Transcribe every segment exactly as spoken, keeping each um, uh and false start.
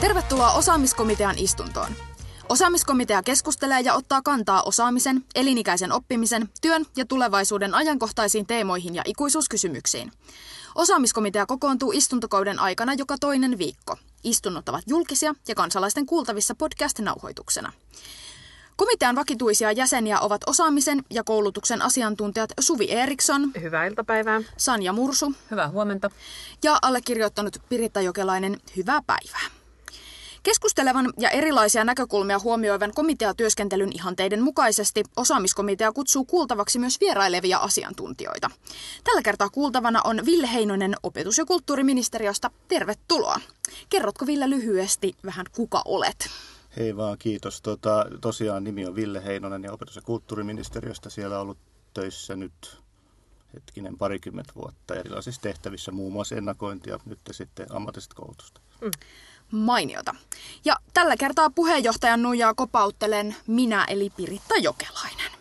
Tervetuloa Osaamiskomitean istuntoon. Osaamiskomitea keskustelee ja ottaa kantaa osaamisen, elinikäisen oppimisen, työn ja tulevaisuuden ajankohtaisiin teemoihin ja ikuisuuskysymyksiin. Osaamiskomitea kokoontuu istuntokauden aikana joka toinen viikko. Istunnot ovat julkisia ja kansalaisten kuultavissa podcast-nauhoituksena. Komitean vakituisia jäseniä ovat osaamisen ja koulutuksen asiantuntijat Suvi Eriksson. Hyvää iltapäivää. Sanja Mursu. Hyvää huomenta. Ja allekirjoittanut Piritta Jokelainen. Hyvää päivää. Keskustelevan ja erilaisia näkökulmia huomioivan komiteatyöskentelyn ihanteiden mukaisesti osaamiskomitea kutsuu kuultavaksi myös vierailevia asiantuntijoita. Tällä kertaa kuultavana on Ville Heinonen opetus- ja kulttuuriministeriöstä. Tervetuloa. Kerrotko Ville lyhyesti vähän kuka olet? Hei vaan, kiitos. Tota, tosiaan nimi on Ville Heinonen ja opetus- ja kulttuuriministeriöstä. Siellä on ollut töissä nyt hetkinen parikymmentä vuotta erilaisissa tehtävissä, muun muassa ennakointia, nyt sitten ammatillista koulutusta. Mm. Mainiota. Ja tällä kertaa puheenjohtajan nuijaa kopauttelen minä eli Piritta Jokelainen.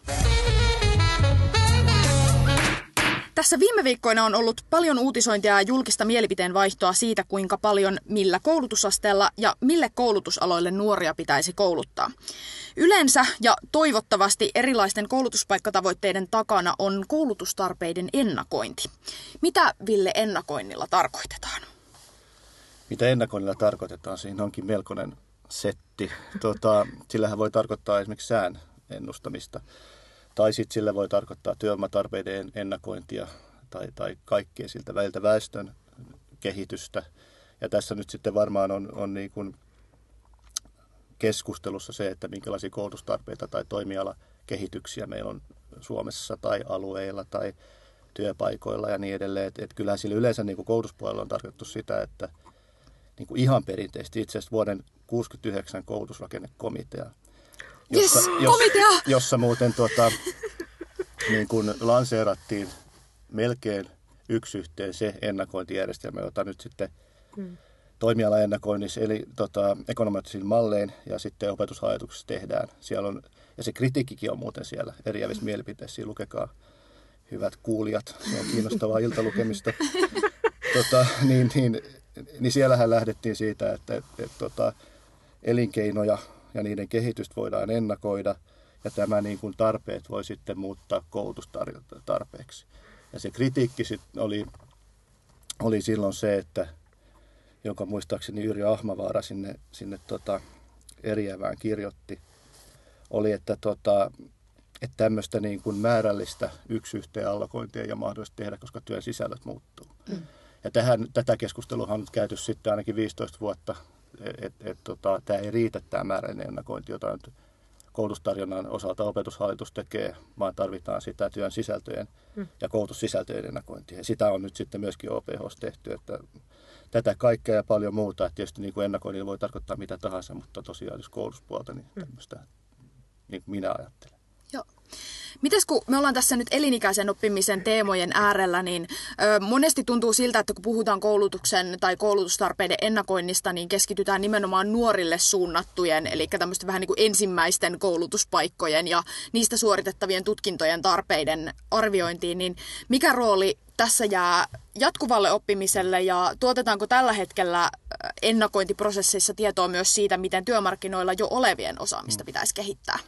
Tässä viime viikkoina on ollut paljon uutisointia ja julkista mielipiteen vaihtoa siitä, kuinka paljon millä koulutusasteella ja mille koulutusaloille nuoria pitäisi kouluttaa. Yleensä ja toivottavasti erilaisten koulutuspaikkatavoitteiden takana on koulutustarpeiden ennakointi. Mitä Ville ennakoinnilla tarkoitetaan? Mitä ennakoinnilla tarkoitetaan? Siinä onkin melkoinen setti. Tota, sillähän voi tarkoittaa esimerkiksi sään ennustamista. Tai sitten sillä voi tarkoittaa työvoimatarpeiden ennakointia tai, tai kaikkea siltä väliltä väestön kehitystä. Ja tässä nyt sitten varmaan on, on niin kuin keskustelussa se, että minkälaisia koulutustarpeita tai toimialakehityksiä meillä on Suomessa tai alueilla tai työpaikoilla ja niin edelleen. Et, et kyllähän sillä yleensä niin kuin koulutuspuolella on tarkoitettu sitä, että niin kuin ihan perinteisesti itse asiassa vuoden tuhatyhdeksänsataakuusikymmentäyhdeksän koulutusrakennekomitea, jossa, yes, jos, komitea! jossa muuten tuota, niin kuin lanseerattiin melkein yksi yhteen se ennakointijärjestelmä, jota nyt sitten hmm. toimialaennakoinnissa, eli tota, ekonometrisiin mallein ja sitten opetushallituksessa tehdään. Siellä on, ja se kritiikkikin on muuten siellä eriävissä mielipiteissä, lukekaa hyvät kuulijat, se on kiinnostavaa iltalukemista. Tota, niin, niin, niin siellähän lähdettiin siitä, että et, et, tota, elinkeinoja ja niiden kehitystä voidaan ennakoida ja tämä niin kuin tarpeet voi sitten muuttaa koulutustarpeeksi. Ja se kritiikki sit oli, oli silloin se, että jonka muistaakseni Yrjö Ahmavaara sinne, sinne tota, eriävään kirjoitti, oli, että tota, että tämmöistä niin kuin määrällistä yksi yhteen allokointia ei ole mahdollista tehdä, koska työn sisällöt muuttuu. Mm. Ja tähän, tätä keskustelua on nyt käyty sitten ainakin viisitoista vuotta, että et, tota, tämä ei riitä tämä määrällinen ennakointi, jota nyt koulutustarjonnan osalta opetushallitus tekee, vaan tarvitaan sitä työn sisältöjen mm. ja koulutussisältöjen ennakointia. Ja sitä on nyt sitten myöskin O P H:ssa tehty, että tätä kaikkea ja paljon muuta. Että tietysti niin kuin ennakoinnilla voi tarkoittaa mitä tahansa, mutta tosiaan jos koulutuspuolta, niin tämmöistä niin kuin minä ajattelen. Joo. Mites kun me ollaan tässä nyt elinikäisen oppimisen teemojen äärellä, niin ö, monesti tuntuu siltä, että kun puhutaan koulutuksen tai koulutustarpeiden ennakoinnista, niin keskitytään nimenomaan nuorille suunnattujen, eli tämmöisten vähän niin kuin ensimmäisten koulutuspaikkojen ja niistä suoritettavien tutkintojen tarpeiden arviointiin, niin mikä rooli tässä jää jatkuvalle oppimiselle ja tuotetaanko tällä hetkellä ennakointiprosesseissa tietoa myös siitä, miten työmarkkinoilla jo olevien osaamista pitäisi kehittää?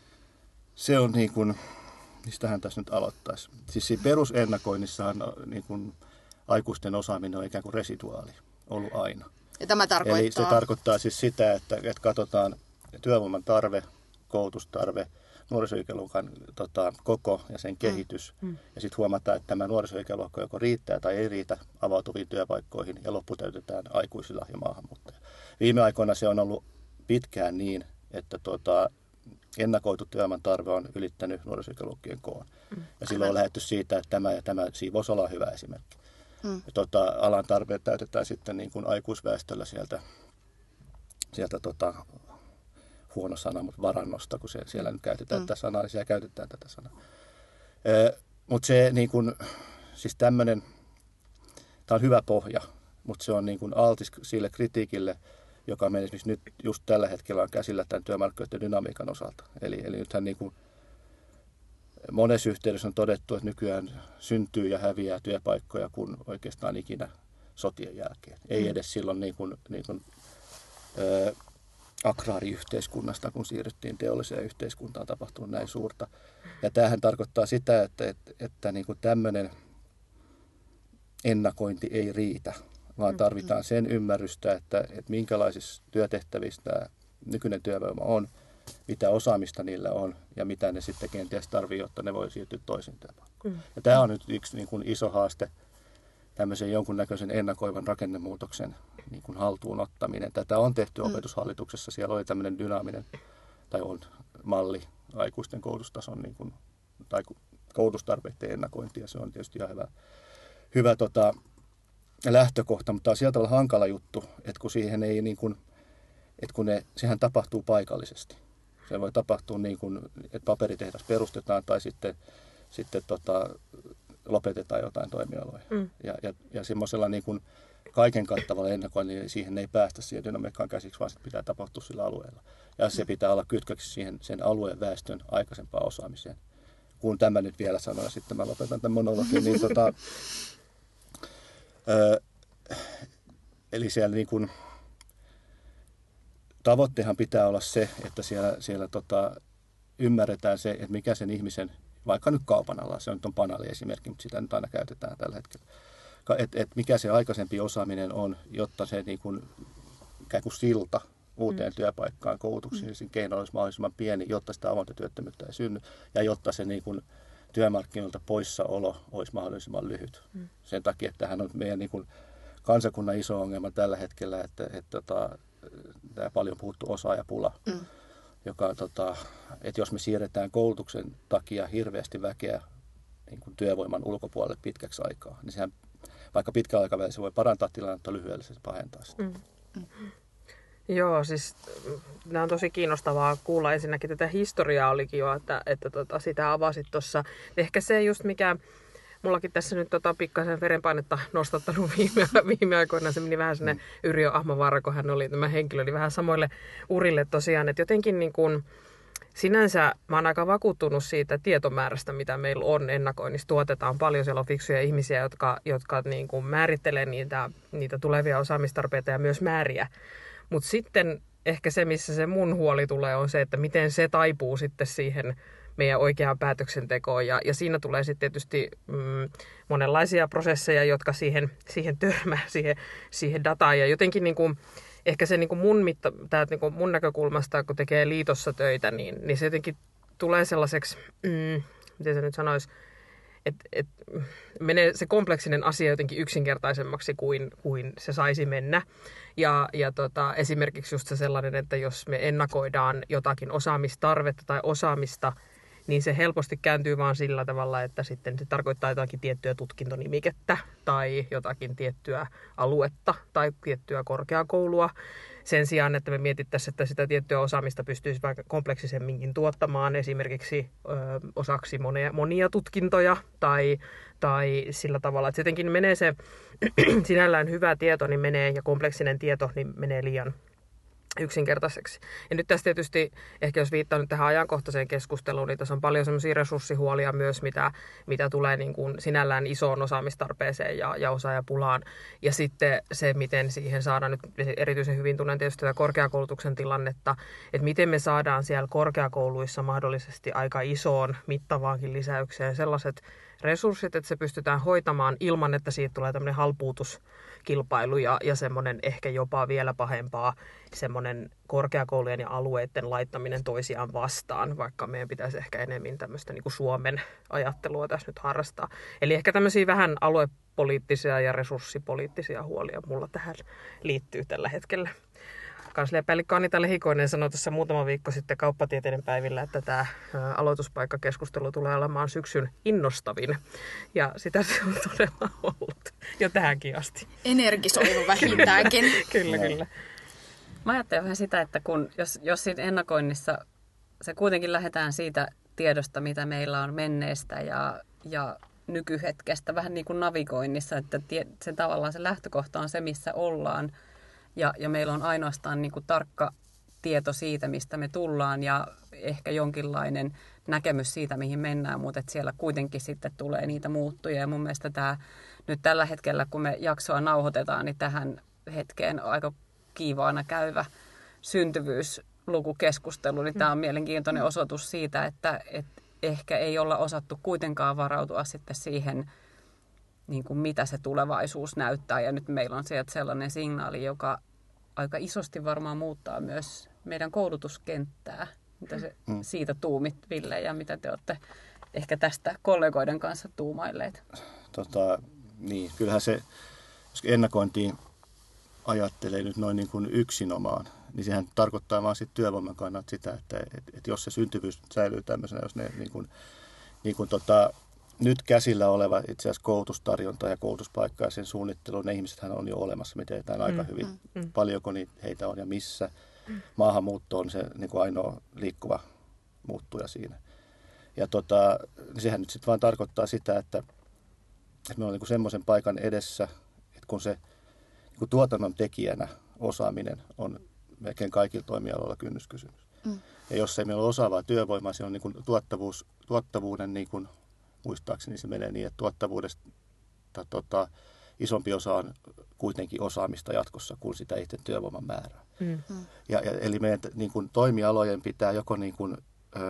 Se on niin kuin, mistähän tässä nyt aloittaisi. Siis siinä perusennakoinnissahan niin kuin aikuisten osaaminen on ikään kuin residuaali ollut aina. Ja tämä tarkoittaa? Eli se tarkoittaa siis sitä, että, että katsotaan työvoiman tarve, koulutustarve, nuorisoikäluokan tota, koko ja sen kehitys. Mm. Ja sitten huomataan, että tämä nuorisoikäluokka joko riittää tai ei riitä avautuviin työpaikkoihin ja lopputäytetään aikuisilla ja maahanmuuttajilla. Viime aikoina se on ollut pitkään niin, että tota, ennakoitu työvoiman tarve on ylittänyt nuorisoikäluokkien koon. Mm. Ja silloin on lähdetty siitä, että tämä ja tämä siivoisi olla hyvä esimerkki. Mm. Ja tota, alan tarpeet täytetään sitten niin kuin aikuisväestöllä sieltä, sieltä tota, huono sana, mutta varannosta, kun se, siellä nyt käytetään mm. tätä sanaa, niin siellä käytetään tätä sanaa. E, mutta se niin kuin, siis tämmöinen, tämä on hyvä pohja, mutta se on niin kuin altis sille kritiikille, joka meillä esimerkiksi nyt just tällä hetkellä on käsillä tämän työmarkkinoiden dynamiikan osalta. Eli, eli nythän niin kuin monessa yhteydessä on todettu, että nykyään syntyy ja häviää työpaikkoja kuin oikeastaan ikinä sotien jälkeen. Ei edes silloin niin kuin, niin kuin ö, agraariyhteiskunnasta, kun siirryttiin teolliseen yhteiskuntaan, on tapahtunut näin suurta. Ja tämähän tarkoittaa sitä, että, että, että niin kuin tämmöinen ennakointi ei riitä, vaan tarvitaan sen ymmärrystä, että, että minkälaisissa työtehtävissä tämä nykyinen työvoima on, mitä osaamista niillä on ja mitä ne sitten kenties tarvitsee, jotta ne voi siirtyä toisiin työpaikkoihin. Mm. Ja tämä on nyt yksi niin kuin iso haaste, tämmöisen jonkunnäköisen ennakoivan rakennemuutoksen niin kuin haltuun ottaminen. Tätä on tehty mm. opetushallituksessa. Siellä oli tämmöinen dynaaminen, tai on malli aikuisten koulutustason niin kuin, tai koulutustarpeiden ennakointi, ja se on tietysti ihan hyvä, hyvä tota, lähtökohta, mutta tämä on sillä tavalla hankala juttu, että kun siihen ei niin kuin, että kun ne, sehän tapahtuu paikallisesti. Se voi tapahtua niin kuin, että paperitehdas perustetaan tai sitten, sitten tota, lopetetaan jotain toimialoja. Mm. Ja, ja, ja semmoisella niin kuin kaiken kattavalla ennakoinnilla niin siihen ei päästä siihen dynamiikkaan käsiksi, vaan se pitää tapahtua sillä alueella. Ja se pitää olla kytköksi siihen sen alueen väestön aikaisempaan osaamiseen. Kun tämä nyt vielä sanoo, ja sitten mä lopetan tämän monologin, niin tota, ö, eli siellä niin kuin tavoitteenhan pitää olla se, että siellä, siellä tota, ymmärretään se, että mikä sen ihmisen, vaikka nyt kaupan alalla, se on banaali esimerkki, mutta sitä nyt aina käytetään tällä hetkellä, että et mikä se aikaisempi osaaminen on, jotta se niin kuin, ikään kuin silta uuteen mm. työpaikkaan, koulutuksellisiin mm. keinoin olisi mahdollisimman pieni, jotta sitä avointa työttömyyttä ei synny, ja jotta se niin kuin, työmarkkinoilta poissaolo olisi mahdollisimman lyhyt. Mm. Sen takia, että tämähän on meidän niin kuin, kansakunnan iso ongelma tällä hetkellä, että, että, että tämä paljon puhuttu osaajapula, mm. joka, tota, että jos me siirretään koulutuksen takia hirveästi väkeä niin kuin työvoiman ulkopuolelle pitkäksi aikaa, niin sehän vaikka pitkällä aikavälillä se voi parantaa tilannetta, lyhyellä se pahentaa sitä. Mm. Mm. Joo, siis nämä on tosi kiinnostavaa kuulla. Ensinnäkin tätä historiaa olikin jo, että, että tota, sitä avasit tuossa. Ehkä se just mikä mullakin tässä nyt tota, pikkasen verenpainetta nostattanut viime, viime aikoina. Se meni vähän sinne mm. Yrjö Ahmavaara, kun hän oli, tämä henkilö oli vähän samoille urille tosiaan. Että jotenkin niin kuin, sinänsä mä oon aika vakuuttunut siitä tietomäärästä, mitä meillä on ennakoinnissa. Tuotetaan paljon, siellä on fiksuja ihmisiä, jotka, jotka niin kuin määrittelee niitä, niitä tulevia osaamistarpeita ja myös määriä. Mutta sitten ehkä se, missä se mun huoli tulee, on se, että miten se taipuu sitten siihen meidän oikeaan päätöksentekoon. Ja, ja siinä tulee sitten tietysti mm, monenlaisia prosesseja, jotka siihen, siihen törmää, siihen, siihen dataan. Ja jotenkin niin kuin, ehkä se niin kuin mun, mitta, tää, niin kuin mun näkökulmasta, kun tekee liitossa töitä, niin, niin se jotenkin tulee sellaiseksi, mm, miten se nyt sanoisi, että et, menee se kompleksinen asia jotenkin yksinkertaisemmaksi kuin, kuin se saisi mennä. Ja, ja tota, esimerkiksi just se sellainen, että jos me ennakoidaan jotakin osaamistarvetta tai osaamista, niin se helposti kääntyy vaan sillä tavalla, että sitten se tarkoittaa jotakin tiettyä tutkintonimikettä tai jotakin tiettyä aluetta tai tiettyä korkeakoulua. Sen sijaan, että me mietittäisiin, että sitä tiettyä osaamista pystyisi vaikka kompleksisemminkin tuottamaan esimerkiksi ö, osaksi monia, monia tutkintoja tai, tai sillä tavalla, että se jotenkin menee se sinällään hyvä tieto niin menee, ja kompleksinen tieto niin menee liian yksinkertaiseksi. Ja nyt tässä tietysti, ehkä jos viittaa nyt tähän ajankohtaiseen keskusteluun, niin tässä on paljon semmoisia resurssihuolia myös, mitä, mitä tulee niin kuin sinällään isoon osaamistarpeeseen ja, ja osaajapulaan. Ja sitten se, miten siihen saadaan nyt erityisen hyvin tunnen tietysti tätä korkeakoulutuksen tilannetta, että miten me saadaan siellä korkeakouluissa mahdollisesti aika isoon mittavaankin lisäykseen sellaiset resurssit, että se pystytään hoitamaan ilman, että siitä tulee tämmöinen halpuutuskilpailu ja, ja semmoinen ehkä jopa vielä pahempaa semmoinen korkeakoulujen ja alueiden laittaminen toisiaan vastaan, vaikka meidän pitäisi ehkä enemmän tämmöistä niin kuin Suomen ajattelua tässä nyt harrastaa. Eli ehkä tämmöisiä vähän aluepoliittisia ja resurssipoliittisia huolia mulla tähän liittyy tällä hetkellä. Kansliapäällikkö Anita Lehikoinen sanoi tuossa muutama viikko sitten kauppatieteiden päivillä, että tämä aloituspaikkakeskustelu tulee olemaan syksyn innostavin. Ja sitä se on todella ollut jo tähänkin asti. Energisoiva vähintäänkin. Kyllä, kyllä. Mä ajattelen vähän sitä, että kun, jos, jos siinä ennakoinnissa se kuitenkin lähdetään siitä tiedosta, mitä meillä on menneestä ja, ja nykyhetkestä, vähän niin kuin navigoinnissa, että tie, se tavallaan se lähtökohta on se, missä ollaan. Ja, ja meillä on ainoastaan niin kuin tarkka tieto siitä, mistä me tullaan ja ehkä jonkinlainen näkemys siitä, mihin mennään, mutta että siellä kuitenkin sitten tulee niitä muuttuja. Ja mun mielestä tämä nyt tällä hetkellä, kun me jaksoa nauhoitetaan, niin tähän hetkeen aika kiivaana käyvä syntyvyyslukukeskustelu, niin tämä on mielenkiintoinen osoitus siitä, että, että ehkä ei olla osattu kuitenkaan varautua sitten siihen, niin kuin mitä se tulevaisuus näyttää. Ja nyt meillä on sieltä sellainen signaali, joka aika isosti varmaan muuttaa myös meidän koulutuskenttää. Mitä se mm. siitä tuumit, Ville, ja mitä te olette ehkä tästä kollegoiden kanssa tuumailleet? Tota, niin, kyllähän se, jos ennakointiin ajattelee nyt noin niin kuin yksinomaan, niin sehän tarkoittaa vaan sit työvoiman kannalta sitä, että et, et jos se syntyvyys säilyy tämmöisenä, jos ne niin kuin, niin kuin tota, nyt käsillä oleva itse asiassa koulutustarjonta ja koulutuspaikka ja sen suunnittelu, ne ihmisethän on jo olemassa, me tiedetään aika mm, hyvin, mm, mm. paljonko niitä heitä on ja missä. Mm. Maahanmuutto on se niin kuin ainoa liikkuva muuttuja siinä. Ja tota, sehän nyt sitten vaan tarkoittaa sitä, että, että me on niin kuin semmoisen paikan edessä, että kun se niin kuin tuotannon tekijänä osaaminen on melkein kaikilla toimialoilla kynnyskysymys. Mm. Ja jos ei meillä ole osaavaa työvoimaa, se on niin kuin tuottavuus, tuottavuuden, niin kuin, muistaakseni se menee niin, että tuottavuudesta tota, isompi osa on kuitenkin osaamista jatkossa kuin sitä itse työvoiman määrää. Mm. Ja, ja, eli meidän niin kuin, toimialojen pitää joko niin kuin, ö,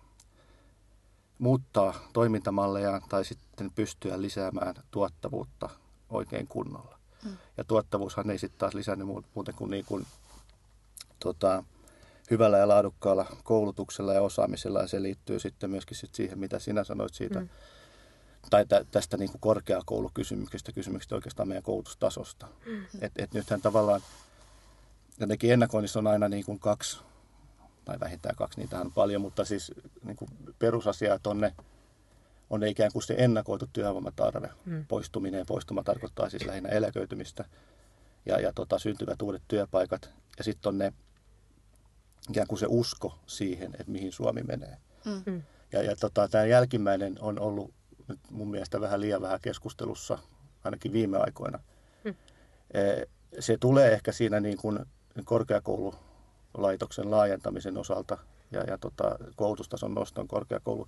muuttaa toimintamallejaan tai sitten pystyä lisäämään tuottavuutta oikein kunnolla. Mm. Ja tuottavuushan ei sitten taas lisännyt muuten kuin, niin kuin tota, hyvällä ja laadukkaalla koulutuksella ja osaamisella, ja se liittyy sitten myöskin sit siihen, mitä sinä sanoit siitä, mm. tai tä, tästä niin kuin korkeakoulukysymyksestä, kysymyksestä oikeastaan meidän koulutustasosta. Mm. Et, et nythän tavallaan, jotenkin ennakoinnissa on aina niin kuin kaksi, tai vähintään kaksi, niitähän on paljon, mutta siis niin kuin perusasiat on ne, on ne ikään kuin se ennakoitu työvoimatarve. Mm. Poistuminen ja poistuma tarkoittaa siis lähinnä eläköitymistä ja, ja tota, syntyvät uudet työpaikat. Ja sitten on ne ikään kuin se usko siihen, että mihin Suomi menee. Mm. Ja, ja tota, tämä jälkimmäinen on ollut nyt mun mielestä vähän liian vähän keskustelussa, ainakin viime aikoina. Mm. Se tulee ehkä siinä niin kuin korkeakoululaitoksen laajentamisen osalta ja, ja tota, koulutustason noston korkeakoulu,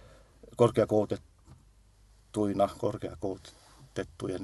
korkeakoulutettuina, korkeakoulutettujen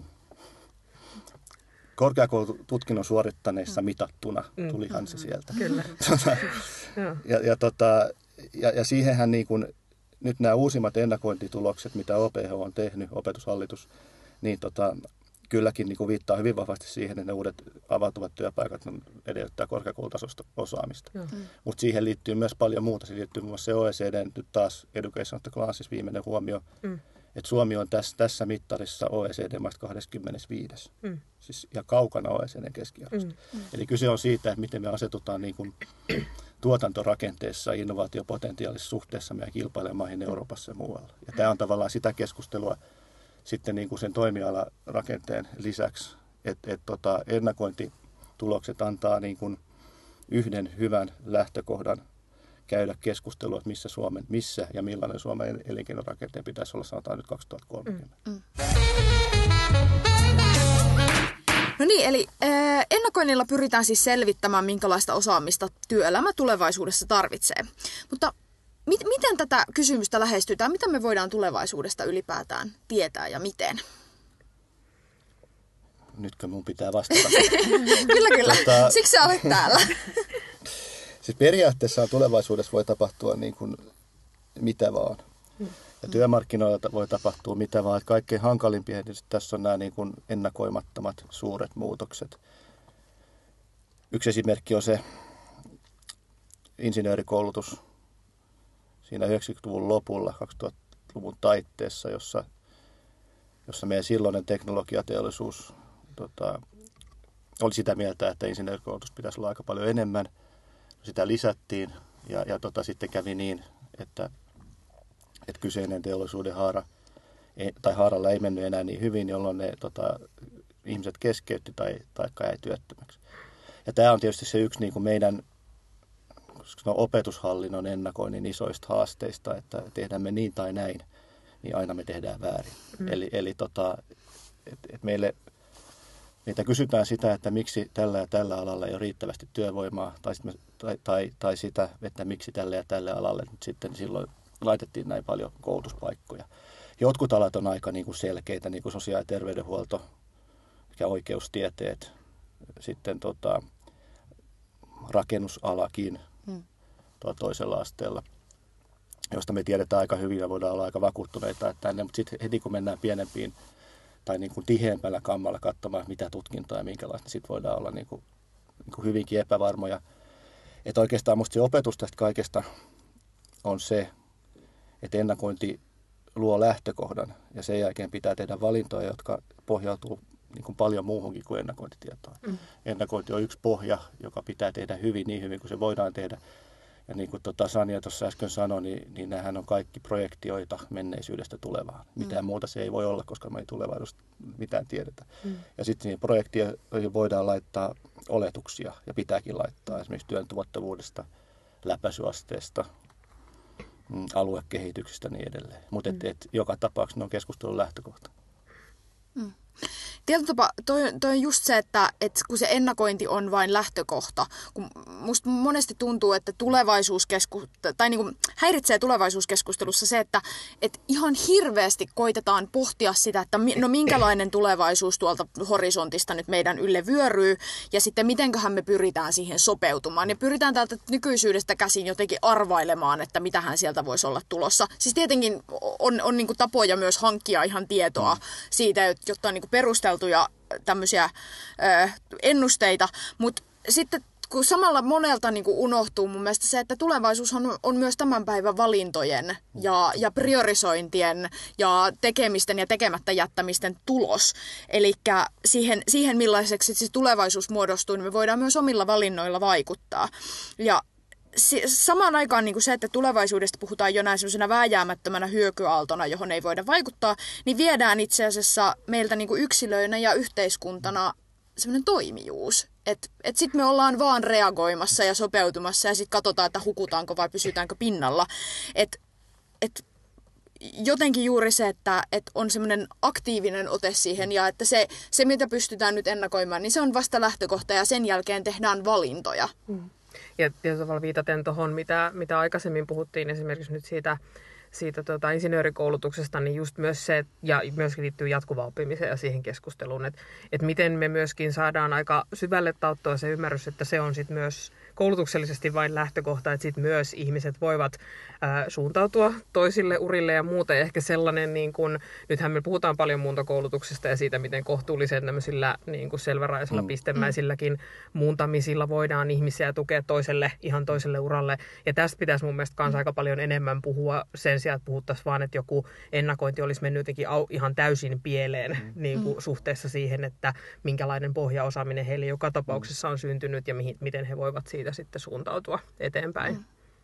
korkeakoulututkinnon suorittaneissa mitattuna, tulihan se sieltä. Kyllä. ja, ja, tota, ja, ja siihenhän niin kuin, nyt nämä uusimmat ennakointitulokset, mitä O P H on tehnyt, opetushallitus, niin tota, kylläkin niin kuin viittaa hyvin vahvasti siihen, että ne uudet avautuvat työpaikat edellyttää korkeakoulutasosta osaamista. Mm. Mutta siihen liittyy myös paljon muuta. Siihen liittyy muun muassa se O E C D, nyt taas Education of the Classes viimeinen huomio, mm. että Suomi on tässä, tässä mittarissa O E C D-maista kaksikymmentäviisi. Mm. Siis, ja kaukana O E C D:n keskiarvosta. Mm. Mm. Eli kyse on siitä, että miten me asetutaan niin kuin tuotantorakenteessa ja innovaatiopotentiaalisessa suhteessa meidän kilpailemaihin Euroopassa ja muualla. Ja tämä on tavallaan sitä keskustelua sitten niin kuin sen toimialarakenteen lisäksi, että et tota, ennakointitulokset antaa niin kuin yhden hyvän lähtökohdan käydä keskustelua, että missä, Suomen, missä ja millainen Suomen elinkeinorakenteen pitäisi olla, sanotaan nyt kaksituhattakolmekymmentä. Mm, mm. No niin, eli äh, ennakoinnilla pyritään siis selvittämään, minkälaista osaamista työelämä tulevaisuudessa tarvitsee. Mutta mit, miten tätä kysymystä lähestytään? Mitä me voidaan tulevaisuudesta ylipäätään tietää ja miten? Nytkö mun pitää vastata? Kyllä, kyllä. Tota... Siksi sä olet täällä. Siis periaatteessa tulevaisuudessa voi tapahtua niin kuin mitä vaan. Ja työmarkkinoilla voi tapahtua mitä vaan. Kaikkein hankalimpia tässä on nämä niin kuin ennakoimattomat suuret muutokset. Yksi esimerkki on se insinöörikoulutus siinä yhdeksänkymmentäluvun lopulla, kaksituhattaluvun taitteessa, jossa, jossa meidän silloinen teknologiateollisuus tota, oli sitä mieltä, että insinöörikoulutus pitäisi olla aika paljon enemmän. Sitä lisättiin ja, ja tota, sitten kävi niin, että, että kyseinen teollisuuden haara ei, tai haaralla ei mennyt enää niin hyvin, jolloin ne tota, ihmiset keskeytti tai, tai jäi työttömäksi. Ja tämä on tietysti se yksi niin kuin meidän opetushallinnon ennakoinnin isoista haasteista, että tehdään me niin tai näin, niin aina me tehdään väärin. Mm. Eli, eli tota, et, et meille Meitä kysytään sitä, että miksi tällä ja tällä alalla ei ole riittävästi työvoimaa, tai, me, tai, tai, tai sitä, että miksi tälle ja tälle alalle nyt sitten silloin laitettiin näin paljon koulutuspaikkoja. Jotkut alat on aika niin kuin selkeitä, niin kuin sosiaali- ja terveydenhuolto ja oikeustieteet, sitten tota, rakennusalakin hmm. toisella asteella, josta me tiedetään aika hyvin ja voidaan olla aika vakuuttuneita, että tänne, mutta sitten heti kun mennään pienempiin tai niin kuin tiheämmällä kammalla katsomaan, mitä tutkintoa ja minkälaista, niin sitten voidaan olla niin kuin, niin kuin hyvinkin epävarmoja. Että oikeastaan musta se opetus tästä kaikesta on se, että ennakointi luo lähtökohdan ja sen jälkeen pitää tehdä valintoja, jotka pohjautuu niin kuin paljon muuhunkin kuin ennakointitietoon. Mm. Ennakointi on yksi pohja, joka pitää tehdä hyvin, niin hyvin kuin se voidaan tehdä. Ja niin kuin tota Sanja tuossa äsken sanoi, niin, niin nämähän on kaikki projektioita menneisyydestä tulevaan. Mitään mm. muuta se ei voi olla, koska me ei tulevaisuudesta mitään tiedetä. Mm. Ja sitten niihin projektioihin voidaan laittaa oletuksia ja pitääkin laittaa esimerkiksi työn tuottavuudesta, läpäisyasteesta, aluekehityksestä ja niin edelleen. Mutta mm. et, et, joka tapauksessa ne on keskustelun lähtökohta. Mm. Tietyllä tapaa toi, toi on just se, että, että kun se ennakointi on vain lähtökohta, kun musta monesti tuntuu, että tulevaisuuskesku, tai niin kuin häiritsee tulevaisuuskeskustelussa se, että, että ihan hirveästi koitetaan pohtia sitä, että no minkälainen tulevaisuus tuolta horisontista nyt meidän ylle vyöryy, ja sitten mitenköhän me pyritään siihen sopeutumaan, ja pyritään täältä nykyisyydestä käsin jotenkin arvailemaan, että mitähän sieltä voisi olla tulossa. Siis tietenkin on, on niin kuin tapoja myös hankkia ihan tietoa siitä, jotta on niin kuin perusteltuja tämmöisiä ö, ennusteita, mutta sitten kun samalla monelta niin kuin unohtuu mun mielestä se, että tulevaisuus on, on myös tämän päivän valintojen ja, ja priorisointien ja tekemisten ja tekemättä jättämisten tulos. Eli siihen, siihen millaiseksi se tulevaisuus muodostuu, niin me voidaan myös omilla valinnoilla vaikuttaa. Ja samaan aikaan niin kuin se, että tulevaisuudesta puhutaan jonain sellaisena vääjäämättömänä hyökyaaltona, johon ei voida vaikuttaa, niin viedään itse asiassa meiltä niin kuin yksilöinä ja yhteiskuntana sellainen toimijuus. Että et sitten me ollaan vaan reagoimassa ja sopeutumassa ja sitten katsotaan, että hukutaanko vai pysytäänkö pinnalla. Että et jotenkin juuri se, että et on semmoinen aktiivinen ote siihen ja että se, se, mitä pystytään nyt ennakoimaan, niin se on vasta lähtökohta ja sen jälkeen tehdään valintoja. Mm. Ja tietyllä tavalla viitaten tuohon, mitä, mitä aikaisemmin puhuttiin esimerkiksi nyt siitä, siitä tuota, insinöörikoulutuksesta, niin just myös se, ja myöskin liittyy jatkuvaan oppimiseen ja siihen keskusteluun, että, että miten me myöskin saadaan aika syvälle tauttua se ymmärrys, että se on sitten myös koulutuksellisesti vain lähtökohta, että sitten myös ihmiset voivat ää, suuntautua toisille urille ja muuta. Ja ehkä sellainen, niin kun, nythän me puhutaan paljon muuntokoulutuksesta ja siitä, miten kohtuullisen tämmöisillä niin kuin selväraisilla mm. pistemäisilläkin muuntamisilla voidaan ihmisiä tukea toiselle, ihan toiselle uralle. Ja tästä pitäisi mun mielestä myös aika paljon enemmän puhua sen sijaan, että puhuttaisiin vaan, että joku ennakointi olisi mennyt jotenkin au, ihan täysin pieleen mm. niin kuin, mm. suhteessa siihen, että minkälainen pohjaosaaminen heille joka tapauksessa on syntynyt ja mihin, miten he voivat siitä sitten suuntautua eteenpäin. Mm.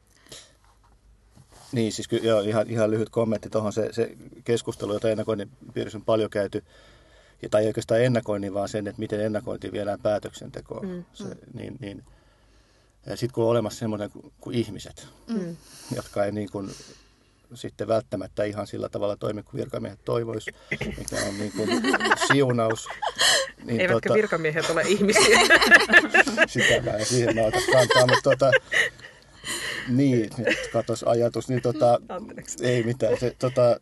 Niin, siis kyllä, joo, ihan, ihan lyhyt kommentti tuohon. Se, se keskustelu, jota ennakoinnin piirissä on paljon käyty, tai ei oikeastaan ennakoinnin, vaan sen, että miten ennakointi viedään päätöksentekoon. Mm. Se, niin, niin, sitten kun on olemassa semmoinen kuin, kuin ihmiset, mm. jotka ei niin kuin, sitten välttämättä ihan sillä tavalla toimi, kuin virkamiehet toivoisi, mikä on niin kuin siunaus. Niin eivätkö tuota, virkamiehet ole ihmisiä? Sitä mä en siihen mä otan kantaa, mutta tuota, niin, nyt katos ajatus, niin tota, ei mitään. Se, tota,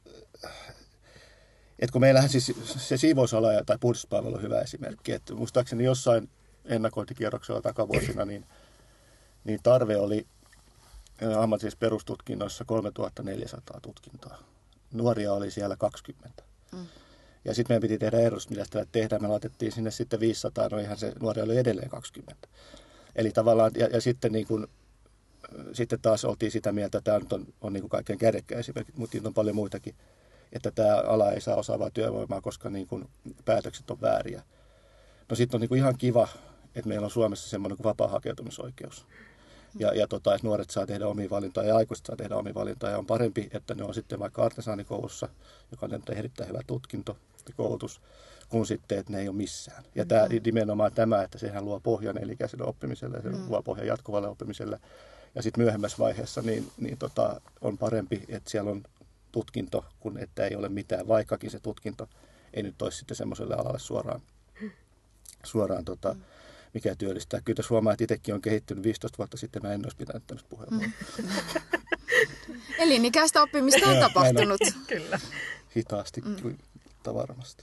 et kun meillähän siis se siivousala tai puhdistuspalvelu on hyvä esimerkki, että muistaakseni jossain ennakointikierroksella takavuosina, niin, niin tarve oli ammatillisissa perustutkinnoissa kolmetuhattaneljäsataa tutkintoa. Nuoria oli siellä kaksikymmentä. Mm. Ja sitten meidän piti tehdä ehdotus, mitä sitä tehdään. Me laitettiin sinne sitten viisisataa, no ihan se nuoria oli edelleen kaksikymmentä. Eli tavallaan, ja, ja sitten, niin kun, sitten taas oltiin sitä mieltä, että tämä on, on niin kuin kaikkein kärjekkäin esimerkiksi, mutta on paljon muitakin, että tämä ala ei saa osaavaa työvoimaa, koska niin kun päätökset on vääriä. No sitten on niin kuin ihan kiva, että meillä on Suomessa semmoinen kuin vapaa hakeutumisoikeus. Ja, ja tota, että nuoret saa tehdä omia valintoja ja aikuiset saa tehdä omia valintoja. Ja on parempi, että ne on sitten vaikka artesaanikoulussa, joka on erittäin hyvä tutkinto ja koulutus, kuin sitten, että ne ei ole missään. Ja tämä, nimenomaan tämä, että sehän luo pohjan elikäiselle oppimiselle ja se mm. luo pohjan jatkuvalle oppimiselle. Ja sitten myöhemmässä vaiheessa niin, niin tota, on parempi, että siellä on tutkinto, kuin että ei ole mitään, vaikkakin se tutkinto ei nyt olisi sitten semmoiselle alalle suoraan, suoraan tota, mm. mikä työllistää. Kyllä tässä huomaa, että itsekin on kehittynyt viisitoista vuotta sitten, mä en olisi pitänyt tämmöistä puheenvuoroa. Elinikäistä oppimista on tapahtunut. Kyllä. Hitaasti, mm. varmasti.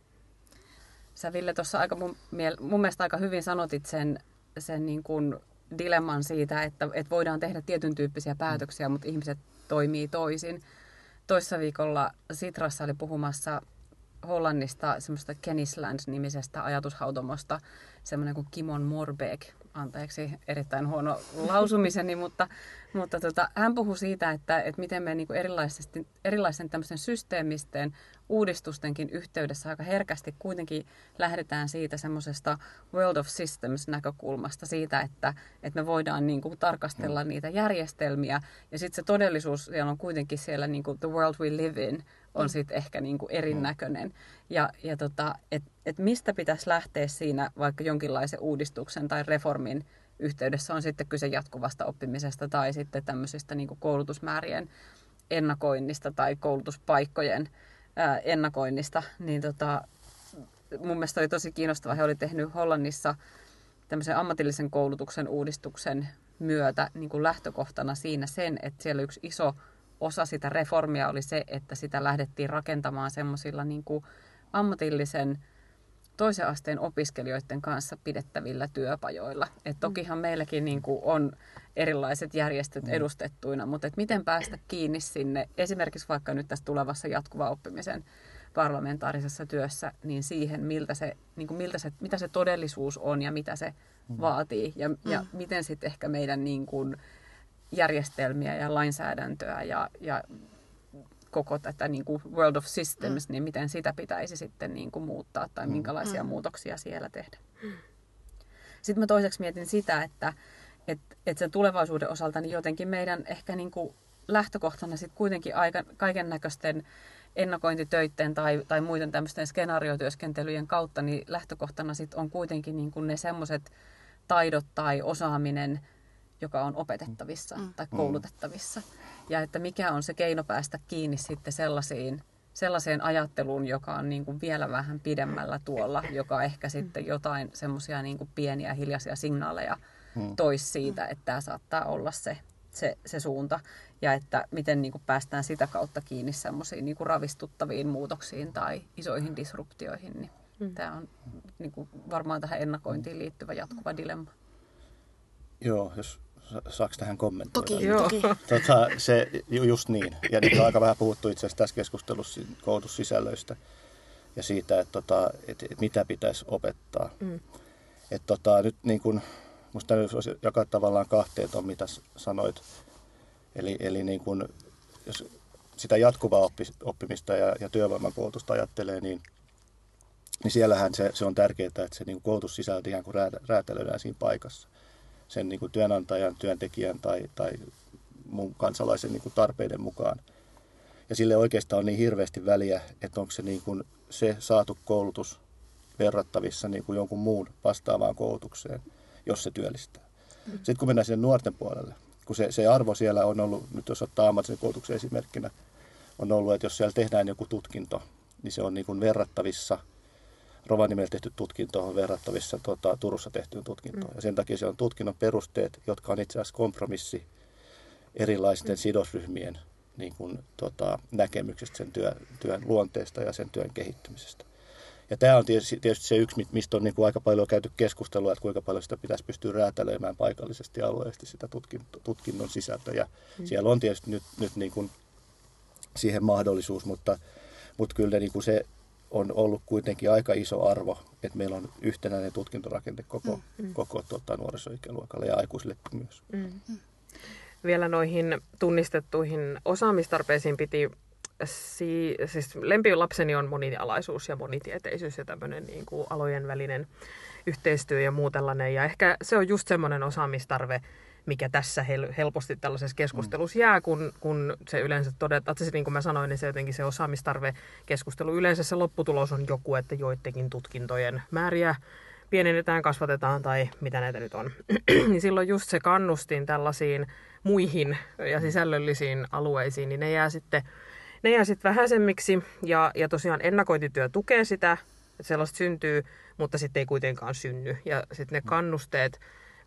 Sä Ville tuossa aika mun, miel- mun mielestä aika hyvin sanotit sen, sen niin kuin dilemman siitä, että, että voidaan tehdä tietyn tyyppisiä päätöksiä, mutta ihmiset toimii toisin. Toissa viikolla Sitrassa oli puhumassa Hollannista semmoista Kennisland-nimisestä ajatushautomosta, semmoinen kuin Kimon Morbeek, anteeksi erittäin huono lausumiseni, mutta, mutta tota, hän puhui siitä, että, että miten me niinku erilaisen tämmöisen systeemisten uudistustenkin yhteydessä aika herkästi kuitenkin lähdetään siitä semmoisesta World of Systems-näkökulmasta siitä, että, että me voidaan niinku tarkastella niitä järjestelmiä ja sitten se todellisuus siellä on kuitenkin siellä niinku the world we live in on sitten ehkä niinku erinäköinen. Ja, ja tota, että et mistä pitäisi lähteä siinä vaikka jonkinlaisen uudistuksen tai reformin yhteydessä on sitten kyse jatkuvasta oppimisesta tai sitten tämmöisistä niinku koulutusmäärien ennakoinnista tai koulutuspaikkojen ää, ennakoinnista. Niin tota, mun mielestä oli tosi kiinnostavaa. He oli tehnyt Hollannissa tämmöisen ammatillisen koulutuksen uudistuksen myötä niin kuin lähtökohtana siinä sen, että siellä yksi iso osa sitä reformia oli se, että sitä lähdettiin rakentamaan semmoisilla niin kuin ammatillisen toisen asteen opiskelijoiden kanssa pidettävillä työpajoilla. Et tokihan meilläkin niin kuin on erilaiset järjestöt edustettuina, mutta et miten päästä kiinni sinne, esimerkiksi vaikka nyt tässä tulevassa jatkuva oppimisen parlamentaarisessa työssä, niin siihen, miltä se, niin kuin miltä se, mitä se todellisuus on ja mitä se vaatii. Ja, ja miten sitten ehkä meidän niin kuin järjestelmiä ja lainsäädäntöä ja, ja koko tätä niin kuin World of Systems, mm. niin miten sitä pitäisi sitten niin kuin muuttaa tai minkälaisia mm. muutoksia siellä tehdä. Mm. Sitten mä toiseksi mietin sitä, että et, et sen tulevaisuuden osalta niin jotenkin meidän ehkä niin kuin lähtökohtana sitten kuitenkin aika, kaiken näköisten ennakointitöitten tai, tai muiden tämmöisten skenaariotyöskentelyjen kautta, niin lähtökohtana sitten on kuitenkin niin kuin ne semmoiset taidot tai osaaminen, joka on opetettavissa mm. tai koulutettavissa. Ja että mikä on se keino päästä kiinni sitten sellaisiin, sellaiseen ajatteluun, joka on niin kuin vielä vähän pidemmällä tuolla, joka ehkä sitten jotain semmoisia niin kuin pieniä hiljaisia signaaleja mm. toisi siitä, että tämä saattaa olla se, se, se suunta. Ja että miten niin kuin päästään sitä kautta kiinni semmoisiin niin kuin ravistuttaviin muutoksiin tai isoihin disruptioihin. Niin mm. tämä on niin kuin varmaan tähän ennakointiin liittyvä jatkuva dilemma. Joo, jos saako tähän kommentoida? Toki, joo. Toki. Tota, se just niin. Ja nyt on aika vähän puhuttu itse asiassa tässä keskustelussa koulutussisällöistä ja siitä, että, tota, että, että mitä pitäisi opettaa. Mm. Että, tota, nyt niin kun, musta täytyy jakaa tavallaan kahteen tuon, mitä sanoit. Eli, eli niin kun, jos sitä jatkuvaa oppimista ja, ja työvoimakoulutusta ajattelee, niin, niin siellähän se, se on tärkeää, että se niin koulutussisältö ihan kuin räätälöidään siinä paikassa. Sen niin kuin työnantajan, työntekijän tai, tai mun kansalaisen niin kuin tarpeiden mukaan. Ja sille oikeastaan on niin hirveästi väliä, että onko se, niin kuin se saatu koulutus verrattavissa niin kuin jonkun muun vastaavaan koulutukseen, jos se työllistää. Mm. Sitten kun mennään sinne nuorten puolelle, kun se, se arvo siellä on ollut, nyt jos ottaa ammatillisen koulutuksen esimerkkinä, on ollut, että jos siellä tehdään joku tutkinto, niin se on niin kuin verrattavissa Rovaniemellä tehty tutkinto on verrattavissa tuota, Turussa tehtyyn tutkintoon. Mm. Ja sen takia se on tutkinnon perusteet, jotka on itse asiassa kompromissi erilaisten mm. sidosryhmien niin kuin, tota, näkemyksestä sen työn, työn luonteesta ja sen työn kehittymisestä. Ja tämä on tietysti, tietysti se yksi, mistä on niin kuin aika paljon käyty keskustelua, että kuinka paljon sitä pitäisi pystyä räätälöimään paikallisesti ja alueellisesti sitä tutkinto, tutkinnon sisältöä. Ja mm. siellä on tietysti nyt, nyt niin kuin siihen mahdollisuus, mutta, mutta kyllä niin kuin se on ollut kuitenkin aika iso arvo, että meillä on yhtenäinen tutkintorakenne koko, mm. koko tuota, nuorisoikäluokalla ja aikuisille myös. Mm. Vielä noihin tunnistettuihin osaamistarpeisiin piti, si- siis lempilapseni on monialaisuus ja monitieteisyys ja tämmöinen niin kuin alojen välinen yhteistyö ja muu tällainen. Ja ehkä se on just semmoinen osaamistarve, mikä tässä hel- helposti tällaisessa keskustelussa jää, kun, kun se yleensä todetaan, että se, niin kuin mä sanoin, niin se jotenkin se osaamistarve-keskustelu, yleensä se lopputulos on joku, että joidenkin tutkintojen määriä pienennetään, kasvatetaan tai mitä näitä nyt on. Niin silloin just se kannustin tällaisiin muihin ja sisällöllisiin alueisiin, niin ne jää sitten, ne jää sitten vähäisemmiksi ja, ja tosiaan ennakointityö tukee sitä, että sellaista syntyy, mutta sitten ei kuitenkaan synny. Ja sitten ne kannusteet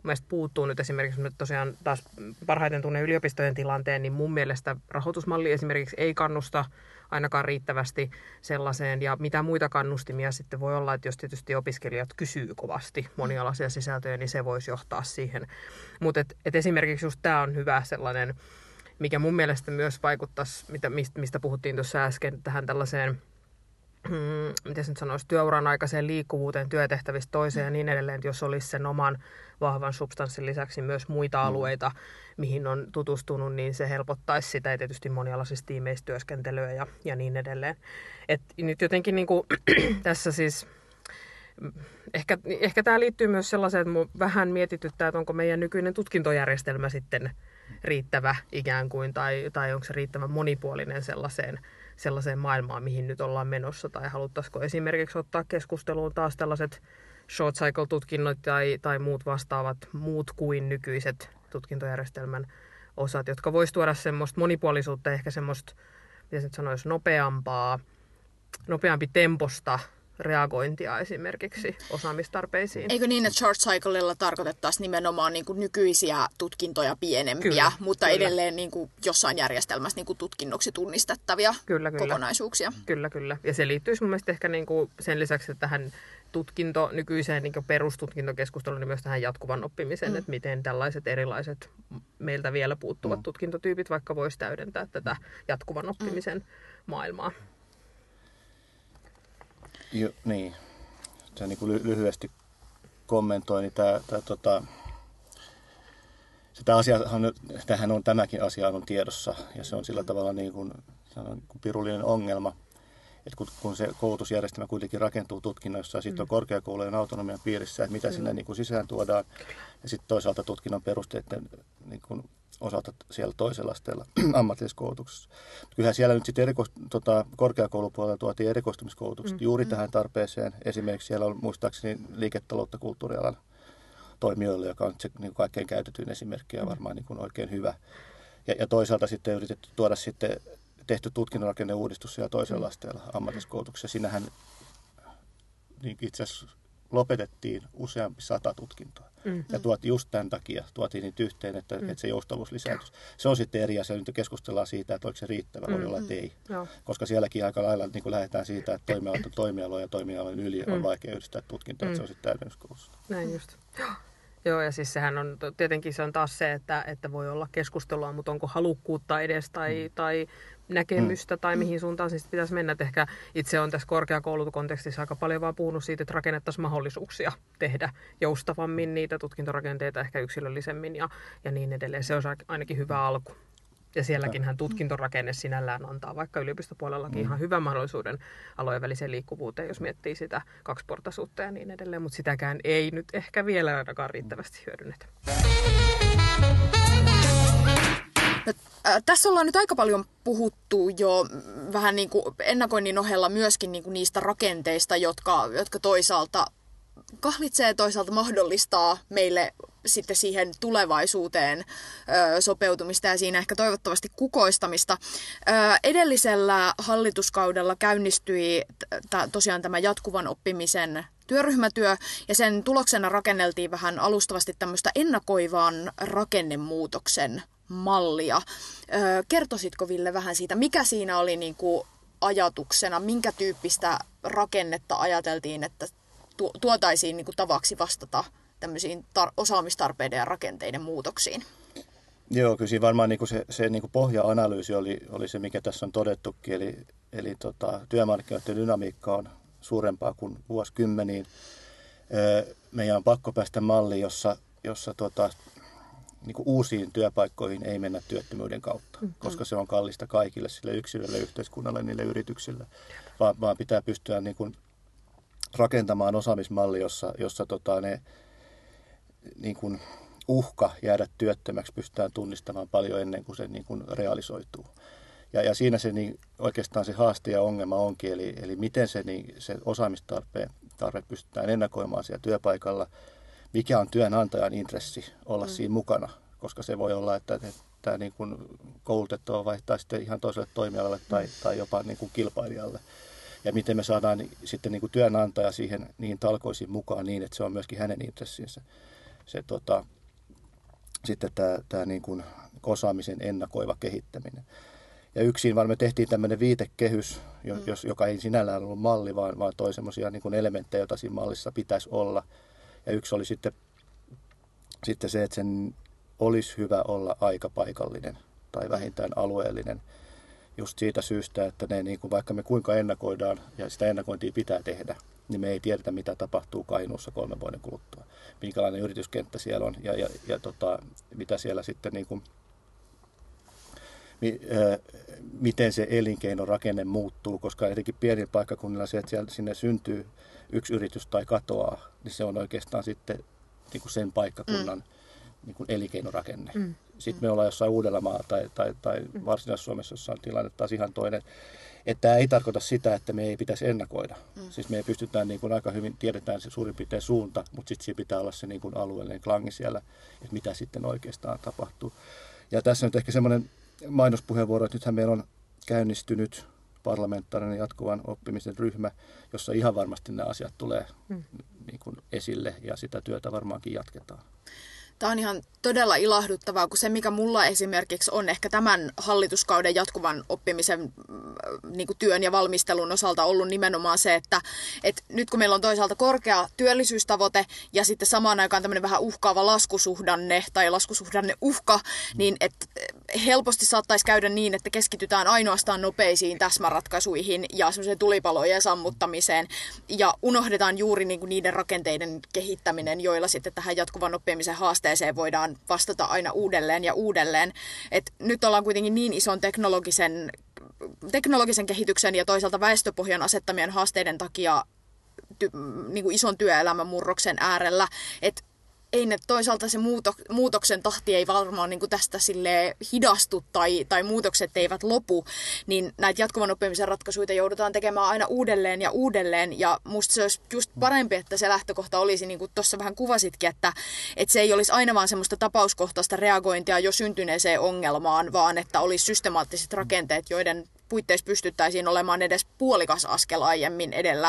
mielestä puuttuu nyt esimerkiksi, nyt tosiaan taas parhaiten tunne yliopistojen tilanteen, niin mun mielestä rahoitusmalli esimerkiksi ei kannusta ainakaan riittävästi sellaiseen, ja mitä muita kannustimia sitten voi olla, että jos tietysti opiskelijat kysyy kovasti monialaisia sisältöjä, niin se voisi johtaa siihen. Mutta et, et esimerkiksi just tämä on hyvä sellainen, mikä mun mielestä myös vaikuttaisi, mitä, mistä puhuttiin tuossa äsken, tähän tällaiseen, hmm, miten nyt sanoisi, työuran aikaiseen liikkuvuuteen, työtehtävistä toiseen ja niin edelleen, että jos olisi sen oman vahvan substanssin lisäksi myös muita alueita, mihin on tutustunut, niin se helpottaisi sitä ja tietysti monialaisissa tiimeissä työskentelyä ja, ja niin edelleen. Et nyt jotenkin niin kuin, tässä siis, ehkä, ehkä tämä liittyy myös sellaiseen, että minua vähän mietityttää, että onko meidän nykyinen tutkintojärjestelmä sitten riittävä ikään kuin, tai, tai onko se riittävän monipuolinen sellaiseen, sellaiseen maailmaan, mihin nyt ollaan menossa, tai haluttaisiko esimerkiksi ottaa keskusteluun taas tällaiset short cycle-tutkinnot tai, tai muut vastaavat, muut kuin nykyiset tutkintojärjestelmän osat, jotka vois tuoda semmoista monipuolisuutta, ehkä semmoista, miten se nyt sanoisi, nopeampaa, nopeampi temposta reagointia esimerkiksi osaamistarpeisiin. Eikö niin, että short cyclella tarkoitettaisiin nimenomaan niin kuin nykyisiä tutkintoja pienempiä, kyllä, mutta kyllä. edelleen niin kuin jossain järjestelmässä niin kuin tutkinnoksi tunnistettavia kyllä, kyllä. kokonaisuuksia? Kyllä, kyllä. Ja se liittyisi mun mielestä ehkä niin kuin sen lisäksi, että tähän tutkinto, nykyiseen niin kuin perustutkintokeskusteluun, niin myös tähän jatkuvan oppimiseen, mm. että miten tällaiset erilaiset meiltä vielä puuttuvat mm. tutkintotyypit vaikka voisi täydentää tätä jatkuvan oppimisen mm. maailmaa. Jo, niin, se niin kuin lyhyesti kommentoi, niin tämä, tämä, tota, sitä asiahan, tämähän on, tämäkin asia on tiedossa ja se on sillä tavalla niin kuin, niin kuin pirullinen ongelma, että kun, kun se koulutusjärjestelmä kuitenkin rakentuu tutkinnoissa ja sitten on korkeakoulujen autonomian piirissä, että mitä sinne niin kuin sisään tuodaan ja sitten toisaalta tutkinnon perusteiden niin kuin osalta siellä toisella asteella ammatillisessa koulutuksessa. Kyllähän siellä nyt sitten erikoist, tota, korkeakoulupuolella tuotiin erikoistumiskoulutukset mm. juuri tähän tarpeeseen. Esimerkiksi siellä on muistaakseni liiketaloutta kulttuurialan toimijoille, joka on se niin kaikkein käytetyin esimerkki ja varmaan niin kuin oikein hyvä. Ja, ja toisaalta sitten yritetty tuoda sitten tehty tutkinnonrakenneuudistus siellä toisella asteella ammatillisessa koulutuksessa. Siinähän niin itse asiassa lopetettiin useampi sata tutkintoa. Mm. Ja tuotiin just tämän takia, tuotiin niitä yhteen, että, mm. että se joustavuus lisääntyisi. Se on sitten eri asia, nyt keskustellaan siitä, että oliko se riittävä, voi mm. olla, että ei. Mm. Koska sielläkin aika lailla niin lähdetään siitä, että toimialat on toimialoja ja toimialojen yli mm. on vaikea yhdistää tutkintoa, mm. että se on sitten täydennyskoulutus. Näin just. Joo, ja siis sehän on, tietenkin se on taas se, että, että voi olla keskustelua, mutta onko halukkuutta edes tai, mm. tai näkemystä mm. tai mihin suuntaan siis pitäisi mennä. Että ehkä itse on tässä korkeakoulukontekstissa aika paljon vaan puhunut siitä, että rakennettaisiin mahdollisuuksia tehdä joustavammin niitä tutkintorakenteita ehkä yksilöllisemmin ja, ja niin edelleen. Se on ainakin hyvä alku. Ja sielläkinhän tutkintorakenne sinällään antaa vaikka yliopistopuolellakin mm. ihan hyvän mahdollisuuden alojen väliseen liikkuvuuteen, jos miettii sitä kaksiportaisuutta ja niin edelleen, mutta sitäkään ei nyt ehkä vielä ainakaan riittävästi hyödynnetä. No, äh, tässä ollaan nyt aika paljon puhuttu jo vähän niin kuin ennakoinnin ohella myöskin niin kuin niistä rakenteista, jotka, jotka toisaalta kahlitsee, toisaalta mahdollistaa meille sitten siihen tulevaisuuteen ö, sopeutumista ja siinä ehkä toivottavasti kukoistamista. Ö, edellisellä hallituskaudella käynnistyi t- tosiaan tämä jatkuvan oppimisen työryhmätyö ja sen tuloksena rakenneltiin vähän alustavasti tämmöistä ennakoivaan rakennemuutoksen mallia. Ö, kertoisitko Ville vähän siitä, mikä siinä oli niin kuin ajatuksena, minkä tyyppistä rakennetta ajateltiin, että tuotaisiin niin kuin tavaksi vastata tämmöisiin tar- osaamistarpeiden ja rakenteiden muutoksiin? Joo, kyllä siinä varmaan niin kuin se, se niin kuin pohja-analyysi oli, oli se, mikä tässä on todettukin. Eli, eli tota, työmarkkinoiden dynamiikka on suurempaa kuin vuosikymmeniin. Meidän on pakko päästä malliin, jossa, jossa tota, niin kuin uusiin työpaikkoihin ei mennä työttömyyden kautta, mm-hmm. koska se on kallista kaikille, sille yksilölle, yhteiskunnalle, niille yrityksille, vaan, vaan pitää pystyä niin kuin rakentamaan osaamismalli, jossa, jossa tota, ne, niin kuin uhka jäädä työttömäksi pystytään tunnistamaan paljon ennen kuin se niin kuin realisoituu. Ja, ja siinä se niin, oikeastaan se haaste ja ongelma onkin, eli, eli miten se, niin, se osaamistarve tarve pystytään ennakoimaan siellä työpaikalla, mikä on työnantajan intressi olla mm. siinä mukana, koska se voi olla, että, että tämä niin kuin koulutettava vaihtaa sitten ihan toiselle toimialalle tai, tai jopa niin kuin kilpailijalle. Ja miten me saadaan sitten niin kuin työnantaja siihen niihin talkoisiin mukaan niin, että se on myöskin hänen intressinsä. se tota, sitten tämä, tämä niin kuin osaamisen ennakoiva kehittäminen. Ja yksin vaan me tehtiin tämmöinen viitekehys, jos, joka ei sinällään ollut malli, vaan, vaan toi semmoisia niin kuin elementtejä, joita siinä mallissa pitäisi olla. Ja yksi oli sitten, sitten se, että sen olisi hyvä olla aika paikallinen tai vähintään alueellinen. Just siitä syystä, että ne, niin kuin vaikka me kuinka ennakoidaan, ja sitä ennakointia pitää tehdä, niin me ei tiedetä, mitä tapahtuu Kainuussa kolmen vuoden kuluttua. Minkälainen yrityskenttä siellä on ja, ja, ja tota, mitä siellä sitten, niin kuin, mi, ää, miten se elinkeinorakenne muuttuu, koska etenkin pienillä paikkakunnilla se, että siellä, sinne syntyy yksi yritys tai katoaa, niin se on oikeastaan sitten niin kuin sen paikkakunnan mm. niin kuin elinkeinorakenne. Mm. Sitten me ollaan jossain Uudellamaalla tai, tai, tai Varsinais-Suomessa, jossa on tilanne taas ihan toinen. Että tämä ei tarkoita sitä, että me ei pitäisi ennakoida. Mm. Siis me pystytään niin kuin aika hyvin, tiedetään se suurin piirtein suunta, mutta sitten siinä pitää olla se niin kuin alueellinen klangi siellä, että mitä sitten oikeastaan tapahtuu. Ja tässä on nyt ehkä semmoinen mainospuheenvuoro, että nythän meillä on käynnistynyt parlamentaarinen jatkuvan oppimisen ryhmä, jossa ihan varmasti nämä asiat tulee mm. niin kuin esille ja sitä työtä varmaankin jatketaan. Tämä on ihan todella ilahduttavaa, kun se mikä mulla esimerkiksi on ehkä tämän hallituskauden jatkuvan oppimisen niin kuin työn ja valmistelun osalta ollut nimenomaan se, että, että nyt kun meillä on toisaalta korkea työllisyystavoite ja sitten samaan aikaan tämmöinen vähän uhkaava laskusuhdanne tai laskusuhdanne uhka, niin että helposti saattaisi käydä niin, että keskitytään ainoastaan nopeisiin täsmäratkaisuihin ja semmoiseen tulipalojen sammuttamiseen ja unohdetaan juuri niin kuin niiden rakenteiden kehittäminen, joilla sitten tähän jatkuvan oppimisen haasteeseen voidaan vastata aina uudelleen ja uudelleen. Et nyt ollaan kuitenkin niin ison teknologisen, teknologisen kehityksen ja toisaalta väestöpohjan asettamien haasteiden takia ty, niin kuin ison työelämän murroksen äärellä, että ei ne toisaalta se muuto, muutoksen tahti ei varmaan niin kuin tästä silleen hidastu tai, tai muutokset eivät lopu, niin näitä jatkuvan oppimisen ratkaisuja joudutaan tekemään aina uudelleen ja uudelleen. Ja musta se olisi just parempi, että se lähtökohta olisi, niin kuin tuossa vähän kuvasitkin, että, että se ei olisi aina vaan semmoista tapauskohtaista reagointia jo syntyneeseen ongelmaan, vaan että olisi systemaattiset rakenteet, joiden puitteissa pystyttäisiin olemaan edes puolikas askel aiemmin edellä.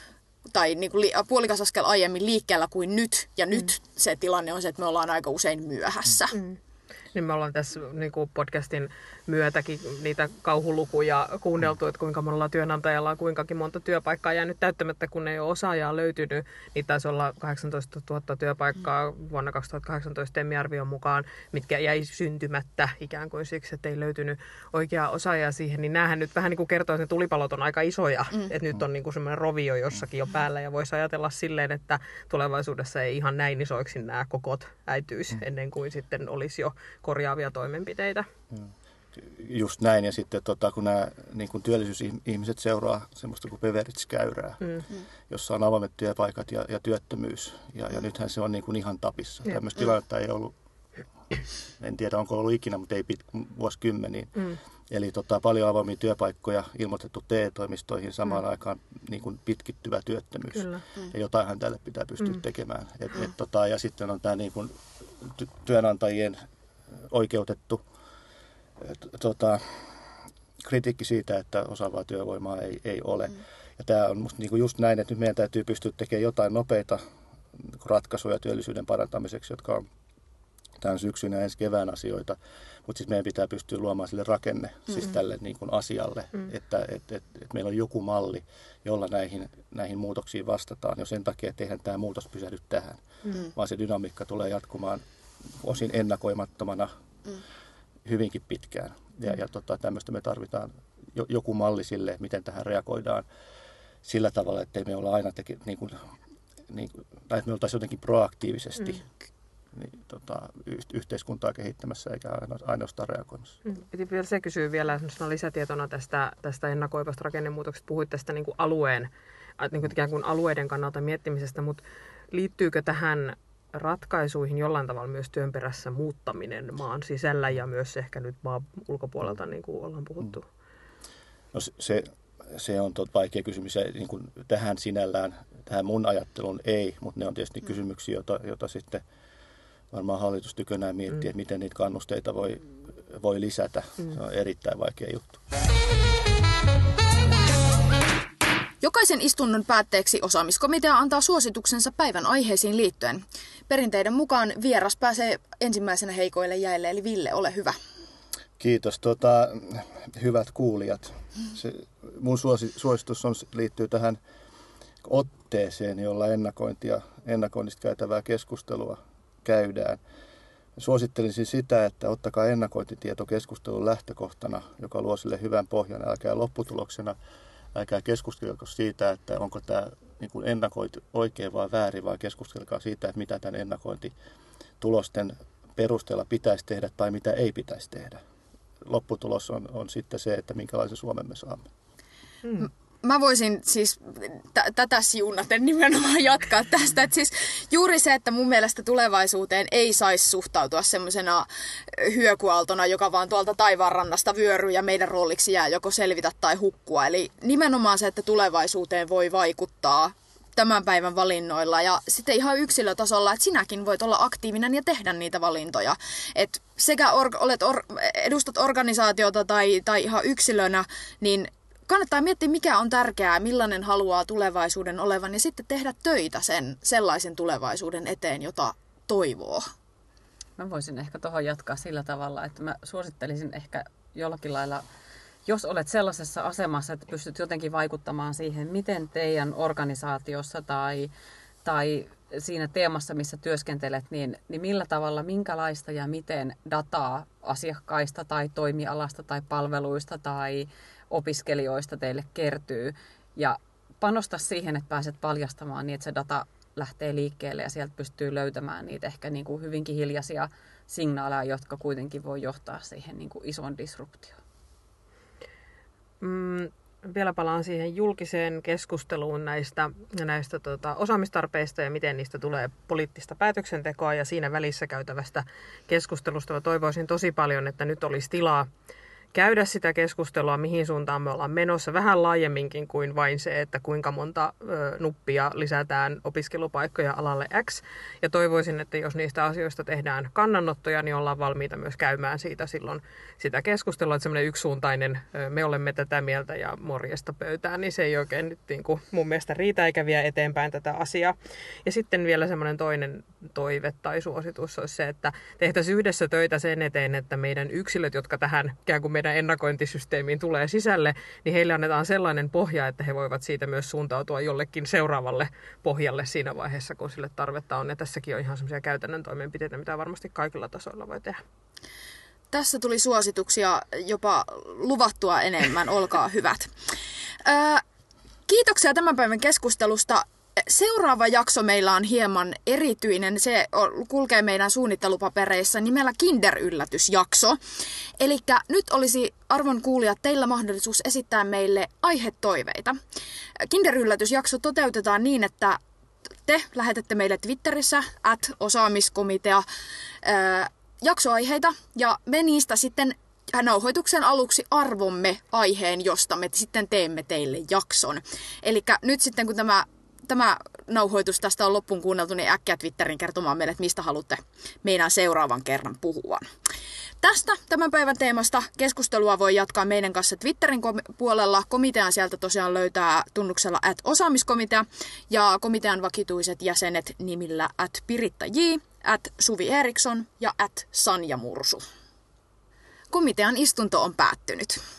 Tai niin kuin puolikas askel aiemmin liikkeellä kuin nyt. Ja nyt mm. se tilanne on se, että me ollaan aika usein myöhässä. Mm. Niin me ollaan tässä niin kuin podcastin myötäkin niitä kauhulukuja kuunneltu, että kuinka monella työnantajalla on kuinkakin monta työpaikkaa jäänyt täyttämättä, kun ei ole osaajaa löytynyt. Niitä taisi olla kahdeksantoista tuhatta työpaikkaa mm. vuonna kaksituhattakahdeksantoista Temmi-arvion mukaan, mitkä jäi syntymättä ikään kuin siksi, että ei löytynyt oikeaa osaajaa siihen. Niin näähän nyt vähän niin kuin kertoo, että ne tulipalot on aika isoja. Mm. Että nyt on niin kuin semmoinen rovio jossakin jo päällä ja voisi ajatella silleen, että tulevaisuudessa ei ihan näin isoiksi nämä kokot äityisi mm. ennen kuin sitten olisi jo korjaavia toimenpiteitä. Just näin, ja sitten tota, kun nämä niin kun työllisyysihmiset seuraa semmoista kuin Beveridge-käyrää, mm. jossa on avoimet työpaikat ja, ja työttömyys, ja, ja nythän se on niin kuin ihan tapissa. Mm. Tämmöistä tilannetta ei ollut, en tiedä onko ollut ikinä, mutta ei pit, vuosikymmeniin. Mm. Eli tota, paljon avoimia työpaikkoja ilmoitettu T E-toimistoihin samaan mm. aikaan niin kuin pitkittyvä työttömyys. Kyllä. Ja jotainhan tälle pitää pystyä mm. tekemään. Et, et, tota, ja sitten on tämä niin kuin työnantajien oikeutettu tota, kritiikki siitä, että osaavaa työvoimaa ei, ei ole. Mm. Ja tämä on musta niinku just näin, että nyt meidän täytyy pystyä tekemään jotain nopeita ratkaisuja työllisyyden parantamiseksi, jotka on tämän syksyn ja ensi kevään asioita. Mutta siis meidän pitää pystyä luomaan sille rakenne, mm. siis tälle niin kuin asialle, mm. että et, et, et meillä on joku malli, jolla näihin, näihin muutoksiin vastataan. Jo sen takia, että eihän tämä muutos pysähdy tähän, mm. vaan se dynamiikka tulee jatkumaan osin ennakoimattomana mm. hyvinkin pitkään. Ja, ja tota, tämmöistä me tarvitaan jo, joku malli sille, miten tähän reagoidaan sillä tavalla, ettei me olla aina teki, niin kuin, niin kuin, tai että me oltaisiin jotenkin proaktiivisesti mm. niin, tota, y- yhteiskuntaa kehittämässä eikä ainoastaan reagoimassa. Mm. Piti vielä se kysyä vielä lisätietona tästä, tästä ennakoivasta rakennemuutoksesta. Puhuit tästä niin kuin alueen, niin kuin ikään kuin alueiden kannalta miettimisestä, mutta liittyykö tähän ratkaisuihin jollain tavalla myös työn perässä muuttaminen maan sisällä ja myös ehkä nyt maan ulkopuolelta, niin kuin ollaan puhuttu? No se, se on tot vaikea kysymys. Ja niin kuin tähän sinällään, tähän mun ajatteluun ei, mutta ne on tietysti mm. kysymyksiä, joita, joita sitten varmaan hallitus tykönään miettii, mm. että miten niitä kannusteita voi, voi lisätä. Mm. Se on erittäin vaikea juttu. Jokaisen istunnon päätteeksi osaamiskomitea antaa suosituksensa päivän aiheisiin liittyen. Perinteiden mukaan vieras pääsee ensimmäisenä heikoille jäille, eli Ville, ole hyvä. Kiitos. Tota, hyvät kuulijat. Se, mun suosi, suositus on, liittyy tähän otteeseen, jolla ennakointia, ennakoinnista käytävää keskustelua käydään. Suosittelisin sitä, että ottakaa ennakointitieto keskustelun lähtökohtana, joka luo sille hyvän pohjan. Älkää lopputuloksena, älkää keskustelko siitä, että onko tämä niin kuin ennakointi oikein vai väärin, vaan keskustelkaa siitä, että mitä tämän ennakointitulosten perusteella pitäisi tehdä tai mitä ei pitäisi tehdä. Lopputulos on, on sitten se, että minkälaisen Suomen me saamme. Hmm. Mä voisin siis t- tätä siunaten nimenomaan jatkaa tästä. Et siis juuri se, että mun mielestä tulevaisuuteen ei saisi suhtautua semmoisena hyökyaaltona, joka vaan tuolta taivaanrannasta vyöryy ja meidän rooliksi jää joko selvitä tai hukkua. Eli nimenomaan se, että tulevaisuuteen voi vaikuttaa tämän päivän valinnoilla ja sitten ihan yksilötasolla, että sinäkin voit olla aktiivinen ja tehdä niitä valintoja. Et sekä or- olet or- edustat organisaatiota tai, tai ihan yksilönä, niin kannattaa miettiä, mikä on tärkeää, millainen haluaa tulevaisuuden olevan ja sitten tehdä töitä sen sellaisen tulevaisuuden eteen, jota toivoo. Mä voisin ehkä tuohon jatkaa sillä tavalla, että mä suosittelisin ehkä jollakin lailla, jos olet sellaisessa asemassa, että pystyt jotenkin vaikuttamaan siihen, miten teidän organisaatiossa tai, tai siinä teemassa, missä työskentelet, niin, niin millä tavalla, minkälaista ja miten dataa asiakkaista tai toimialasta tai palveluista tai opiskelijoista teille kertyy. Ja panosta siihen, että pääset paljastamaan niin, että se data lähtee liikkeelle ja sieltä pystyy löytämään niitä ehkä niin kuin hyvinkin hiljaisia signaaleja, jotka kuitenkin voi johtaa siihen niin kuin isoon disruptioon. Mm, vielä palaan siihen julkiseen keskusteluun näistä, näistä tota, osaamistarpeista ja miten niistä tulee poliittista päätöksentekoa ja siinä välissä käytävästä keskustelusta. Mä toivoisin tosi paljon, että nyt olisi tilaa käydä sitä keskustelua, mihin suuntaan me ollaan menossa, vähän laajemminkin kuin vain se, että kuinka monta ö, nuppia lisätään opiskelupaikkoja alalle X. Ja toivoisin, että jos niistä asioista tehdään kannanottoja, niin ollaan valmiita myös käymään siitä silloin sitä keskustelua, että semmoinen yksisuuntainen, ö, me olemme tätä mieltä ja morjesta pöytään, niin se ei oikein nyt niin kuin mun mielestä riitä eikä vie eteenpäin tätä asiaa. Ja sitten vielä semmoinen toinen toive tai suositus olisi se, että tehtäisiin yhdessä töitä sen eteen, että meidän yksilöt, jotka tähän ikään kuin meidän ennakointisysteemiin tulee sisälle, niin heille annetaan sellainen pohja, että he voivat siitä myös suuntautua jollekin seuraavalle pohjalle siinä vaiheessa, kun sille tarvetta on. Ja tässäkin on ihan semmoisia käytännön toimenpiteitä, mitä varmasti kaikilla tasoilla voi tehdä. Tässä tuli suosituksia jopa luvattua enemmän, olkaa hyvät. Ää, kiitoksia tämän päivän keskustelusta. Seuraava jakso meillä on hieman erityinen. Se kulkee meidän suunnittelupapereissa nimellä Kinder-yllätysjakso. Eli nyt olisi, arvon kuulijat, teillä mahdollisuus esittää meille aihetoiveita. Kinder-yllätysjakso toteutetaan niin, että te lähetätte meille Twitterissä at osaamiskomitea ää, jaksoaiheita ja me niistä sitten nauhoituksen aluksi arvomme aiheen, josta me sitten teemme teille jakson. Eli nyt sitten kun tämä Tämä nauhoitus tästä on loppuun kuunneltu, niin äkkiä Twitterin kertomaan meille, että mistä haluatte meidän seuraavan kerran puhua. Tästä tämän päivän teemasta keskustelua voi jatkaa meidän kanssa Twitterin puolella. Komitean sieltä tosiaan löytää tunnuksella at osaamiskomitea ja komitean vakituiset jäsenet nimillä at Piritta J, at Suvi Eriksson ja at Sanja Mursu. Komitean istunto on päättynyt.